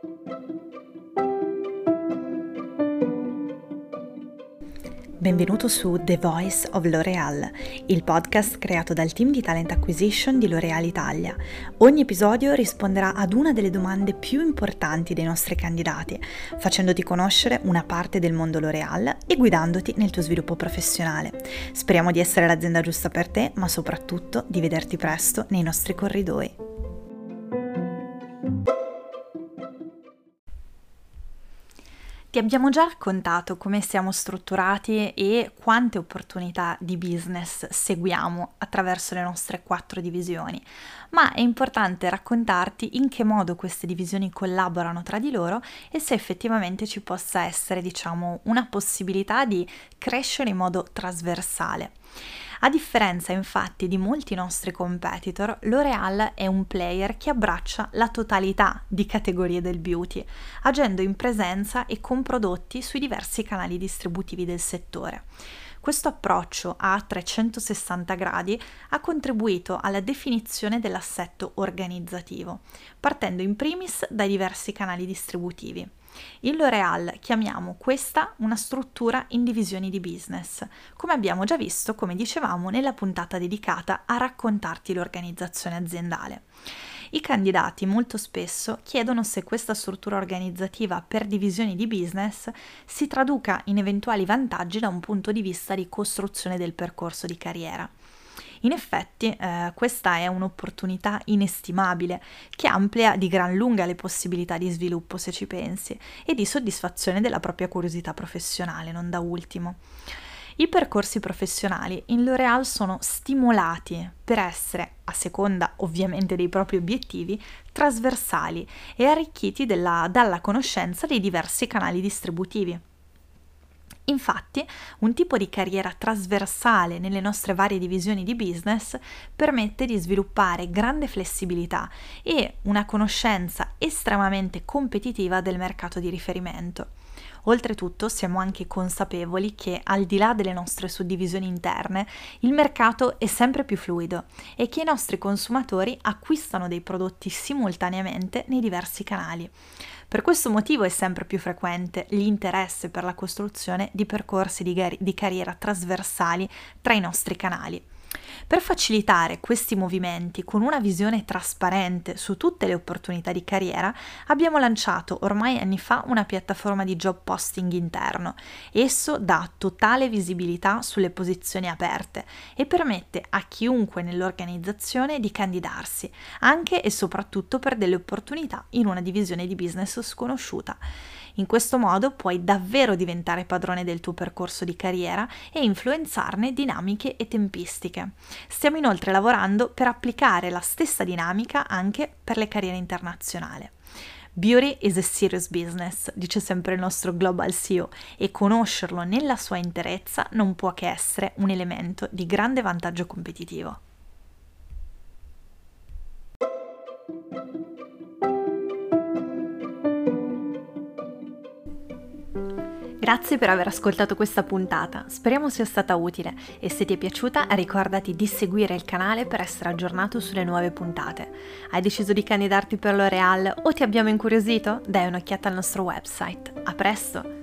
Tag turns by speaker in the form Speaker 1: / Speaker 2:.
Speaker 1: Benvenuto su The Voice of L'Oréal, il podcast creato dal team di Talent Acquisition di L'Oréal Italia. Ogni episodio risponderà ad una delle domande più importanti dei nostri candidati, facendoti conoscere una parte del mondo L'Oréal e guidandoti nel tuo sviluppo professionale. Speriamo di essere l'azienda giusta per te, ma soprattutto di vederti presto nei nostri corridoi. Ti abbiamo già raccontato come siamo strutturati e quante opportunità di business seguiamo attraverso le nostre 4 divisioni, ma è importante raccontarti in che modo queste divisioni collaborano tra di loro e se effettivamente ci possa essere, una possibilità di crescere in modo trasversale. A differenza infatti di molti nostri competitor, L'Oréal è un player che abbraccia la totalità di categorie del beauty, agendo in presenza e con prodotti sui diversi canali distributivi del settore. Questo approccio a 360 gradi ha contribuito alla definizione dell'assetto organizzativo, partendo in primis dai diversi canali distributivi. In L'Oréal chiamiamo questa una struttura in divisioni di business, come abbiamo già visto, come dicevamo, nella puntata dedicata a raccontarti l'organizzazione aziendale. I candidati molto spesso chiedono se questa struttura organizzativa per divisioni di business si traduca in eventuali vantaggi da un punto di vista di costruzione del percorso di carriera. In effetti questa è un'opportunità inestimabile che amplia di gran lunga le possibilità di sviluppo, se ci pensi, e di soddisfazione della propria curiosità professionale, non da ultimo. I percorsi professionali in L'Oréal sono stimolati per essere, a seconda ovviamente dei propri obiettivi, trasversali e arricchiti dalla conoscenza dei diversi canali distributivi. Infatti, un tipo di carriera trasversale nelle nostre varie divisioni di business permette di sviluppare grande flessibilità e una conoscenza estremamente competitiva del mercato di riferimento. Oltretutto, siamo anche consapevoli che, al di là delle nostre suddivisioni interne, il mercato è sempre più fluido e che i nostri consumatori acquistano dei prodotti simultaneamente nei diversi canali. Per questo motivo è sempre più frequente l'interesse per la costruzione di percorsi di carriera trasversali tra i nostri canali. Per facilitare questi movimenti con una visione trasparente su tutte le opportunità di carriera, abbiamo lanciato ormai anni fa una piattaforma di job posting interno. Esso dà totale visibilità sulle posizioni aperte e permette a chiunque nell'organizzazione di candidarsi, anche e soprattutto per delle opportunità in una divisione di business sconosciuta. In questo modo puoi davvero diventare padrone del tuo percorso di carriera e influenzarne dinamiche e tempistiche. Stiamo inoltre lavorando per applicare la stessa dinamica anche per le carriere internazionali. Beauty is a serious business, dice sempre il nostro Global CEO, e conoscerlo nella sua interezza non può che essere un elemento di grande vantaggio competitivo. Grazie per aver ascoltato questa puntata, speriamo sia stata utile e se ti è piaciuta ricordati di seguire il canale per essere aggiornato sulle nuove puntate. Hai deciso di candidarti per L'Oréal o ti abbiamo incuriosito? Dai un'occhiata al nostro website. A presto!